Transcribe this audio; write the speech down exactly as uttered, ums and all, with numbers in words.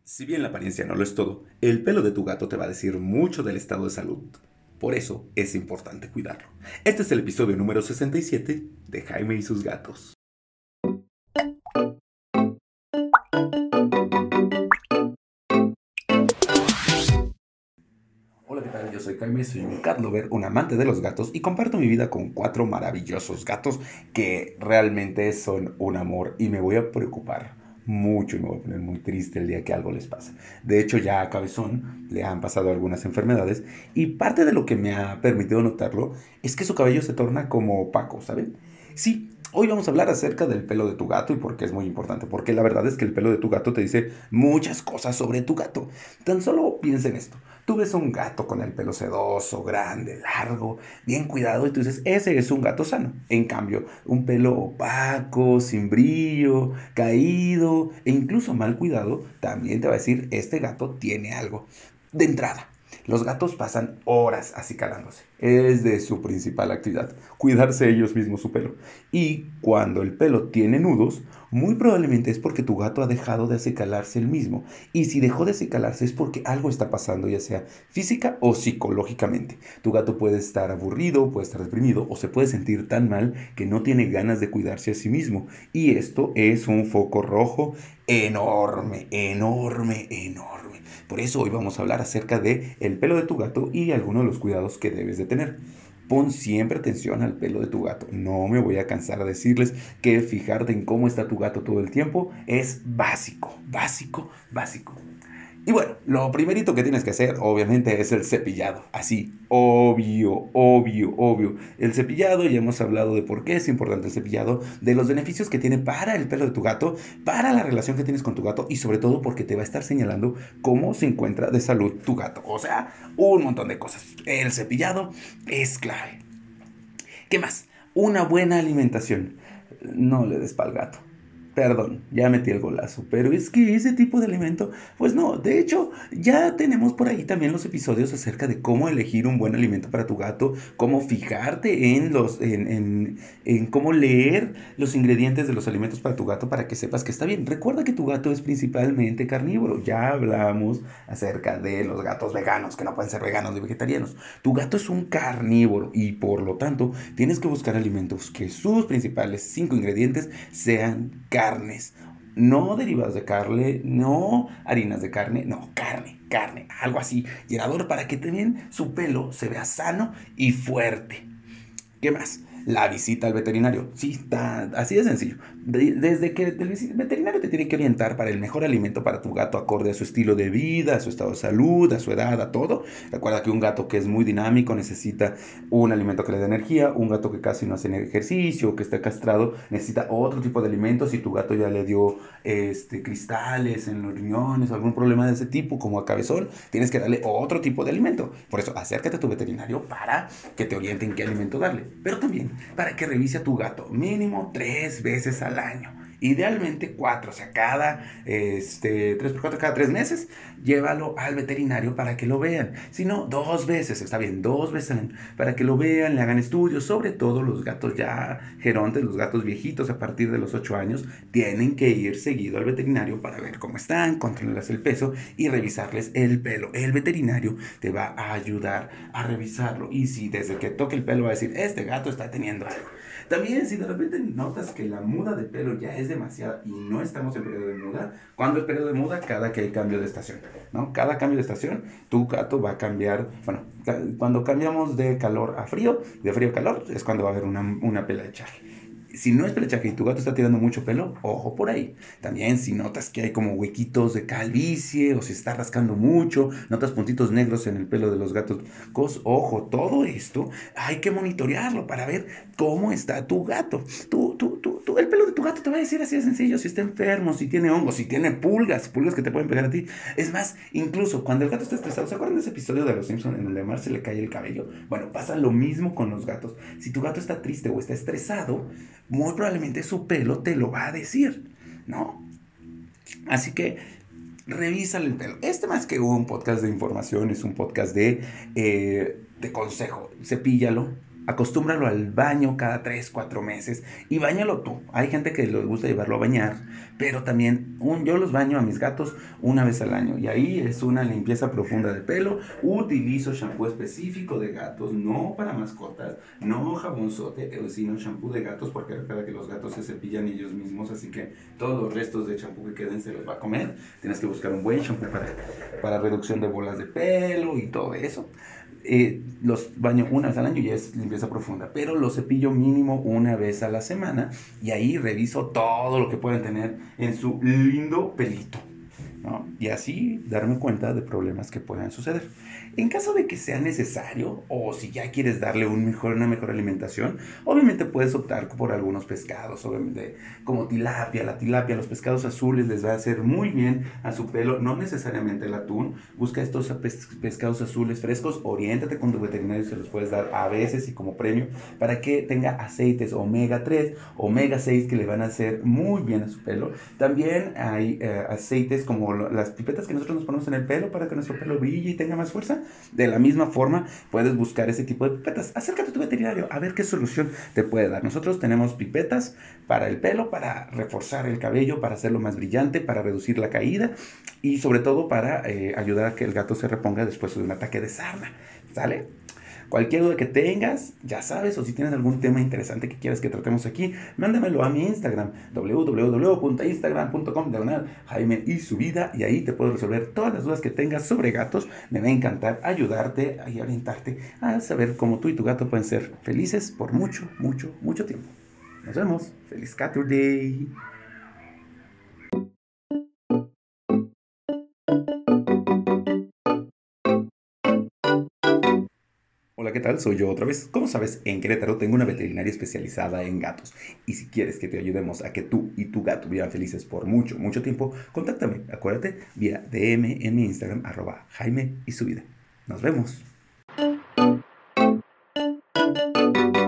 Si bien la apariencia no lo es todo, el pelo de tu gato te va a decir mucho del estado de salud. Por eso es importante cuidarlo. Este es el episodio número sesenta y siete de Jaime y sus gatos. Hola, ¿qué tal? Yo soy Jaime, soy un cat lover, un amante de los gatos y comparto mi vida con cuatro maravillosos gatos que realmente son un amor y me voy a preocupar mucho y me voy a poner muy triste el día que algo les pase. De hecho, ya a Cabezón le han pasado algunas enfermedades y parte de lo que me ha permitido notarlo es que su cabello se torna como opaco, ¿saben? Sí, hoy vamos a hablar acerca del pelo de tu gato y por qué es muy importante, porque la verdad es que el pelo de tu gato te dice muchas cosas sobre tu gato. Tan solo piensa en esto. Tú ves un gato con el pelo sedoso, grande, largo, bien cuidado y tú dices, ese es un gato sano. En cambio, un pelo opaco, sin brillo, caído e incluso mal cuidado, también te va a decir, este gato tiene algo. De entrada, los gatos pasan horas acicalándose. Es de su principal actividad, cuidarse ellos mismos su pelo. Y cuando el pelo tiene nudos, muy probablemente es porque tu gato ha dejado de acicalarse el mismo. Y si dejó de acicalarse es porque algo está pasando, ya sea física o psicológicamente. Tu gato puede estar aburrido, puede estar deprimido o se puede sentir tan mal que no tiene ganas de cuidarse a sí mismo. Y esto es un foco rojo enorme, enorme, enorme. Por eso hoy vamos a hablar acerca de el pelo de tu gato y algunos de los cuidados que debes de tener. Pon siempre atención al pelo de tu gato. No me voy a cansar de decirles que fijarte en cómo está tu gato todo el tiempo es básico, básico, básico. Y bueno, lo primerito que tienes que hacer, obviamente, es el cepillado. Así, obvio, obvio, obvio. El cepillado, ya hemos hablado de por qué es importante el cepillado, de los beneficios que tiene para el pelo de tu gato, para la relación que tienes con tu gato y sobre todo porque te va a estar señalando cómo se encuentra de salud tu gato. O sea, un montón de cosas. El cepillado es clave. ¿Qué más? Una buena alimentación. No le des pa'l gato. Perdón, ya metí el golazo, pero es que ese tipo de alimento, pues no, de hecho, ya tenemos por ahí también los episodios acerca de cómo elegir un buen alimento para tu gato, cómo fijarte en los, en, en, en cómo leer los ingredientes de los alimentos para tu gato para que sepas que está bien. Recuerda que tu gato es principalmente carnívoro, ya hablamos acerca de los gatos veganos, que no pueden ser veganos ni vegetarianos. Tu gato es un carnívoro y por lo tanto tienes que buscar alimentos que sus principales cinco ingredientes sean carnes, no derivados de carne, no harinas de carne, no, carne, carne, algo así, llenador para que también su pelo se vea sano y fuerte. ¿Qué más? La visita al veterinario. Sí, está así de sencillo. De- desde que el veterinario te tiene que orientar para el mejor alimento para tu gato acorde a su estilo de vida, a su estado de salud, a su edad, a todo. Recuerda que un gato que es muy dinámico necesita un alimento que le dé energía, un gato que casi no hace ejercicio, que está castrado, necesita otro tipo de alimentos. Si tu gato ya le dio este, cristales en los riñones o algún problema de ese tipo, como a cabezón, tienes que darle otro tipo de alimento. Por eso, acércate a tu veterinario para que te orienten qué alimento darle. Pero también para que revise a tu gato mínimo tres veces al año. Idealmente cuatro, o sea, cada este, tres por cuatro, cada tres meses, llévalo al veterinario para que lo vean. Si no, dos veces, está bien, dos veces al año, para que lo vean, le hagan estudios, sobre todo los gatos ya gerontes, los gatos viejitos a partir de los ocho años, tienen que ir seguido al veterinario para ver cómo están, controlarles el peso y revisarles el pelo. El veterinario te va a ayudar a revisarlo y si desde que toque el pelo va a decir, este gato está teniendo algo. También si de repente notas que la muda de pelo ya es demasiada y no estamos en periodo de muda, ¿cuándo es periodo de muda? Cada que hay cambio de estación, ¿no? Cada cambio de estación, tu gato va a cambiar, bueno, cuando cambiamos de calor a frío, de frío a calor, es cuando va a haber una, una pelacha. Si no es pelechaje y tu gato está tirando mucho pelo, ojo por ahí. También si notas que hay como huequitos de calvicie o si está rascando mucho, notas puntitos negros en el pelo de los gatos, ojo, todo esto hay que monitorearlo para ver cómo está tu gato. Tú, tú, tú, tú, el pelo de tu gato te va a decir así de sencillo si está enfermo, si tiene hongos, si tiene pulgas, pulgas que te pueden pegar a ti. Es más, incluso cuando el gato está estresado, ¿se acuerdan de ese episodio de Los Simpsons en donde a Marge se le cae el cabello? Bueno, pasa lo mismo con los gatos. Si tu gato está triste o está estresado, muy probablemente su pelo te lo va a decir, ¿no? Así que revísale el pelo. Este más que un podcast de información es un podcast de, eh, de consejo. Cepíllalo, Acostúmbralo al baño cada tres cuatro meses y báñalo tú. Hay gente que le gusta llevarlo a bañar, pero también un, yo los baño a mis gatos una vez al año y ahí es una limpieza profunda de pelo. Utilizo shampoo específico de gatos, no para mascotas, no jabonzote, sino shampoo de gatos, porque recuerda que los gatos se cepillan ellos mismos, así que todos los restos de shampoo que queden se los va a comer. Tienes que buscar un buen shampoo para, para reducción de bolas de pelo y todo eso. Eh, los baño una vez al año y es limpieza profunda, pero los cepillo mínimo una vez a la semana y ahí reviso todo lo que pueden tener en su lindo pelito, ¿no? Y así darme cuenta de problemas que puedan suceder. En caso de que sea necesario o si ya quieres darle un mejor, una mejor alimentación, obviamente puedes optar por algunos pescados, obviamente como tilapia. La tilapia, los pescados azules les va a hacer muy bien a su pelo, no necesariamente el atún. Busca estos pes pescados azules frescos, oriéntate con tu veterinario, se los puedes dar a veces y como premio para que tenga aceites omega tres, omega seis que le van a hacer muy bien a su pelo. También hay eh, aceites como las pipetas que nosotros nos ponemos en el pelo para que nuestro pelo brille y tenga más fuerza. De la misma forma, puedes buscar ese tipo de pipetas. Acércate a tu veterinario a ver qué solución te puede dar. Nosotros tenemos pipetas para el pelo, para reforzar el cabello, para hacerlo más brillante, para reducir la caída y sobre todo para eh, ayudar a que el gato se reponga después de un ataque de sarna. ¿Sale? Cualquier duda que tengas, ya sabes, o si tienes algún tema interesante que quieras que tratemos aquí, mándamelo a mi Instagram, w w w punto instagram punto com diagonal Jaime y su vida, y ahí te puedo resolver todas las dudas que tengas sobre gatos. Me va a encantar ayudarte y orientarte a saber cómo tú y tu gato pueden ser felices por mucho, mucho, mucho tiempo. Nos vemos. ¡Feliz Saturday! Hola, ¿qué tal? Soy yo otra vez. Como sabes, en Querétaro tengo una veterinaria especializada en gatos. Y si quieres que te ayudemos a que tú y tu gato vivan felices por mucho, mucho tiempo, contáctame, acuérdate, vía D M en mi Instagram, arroba Jaime y su vida. Nos vemos.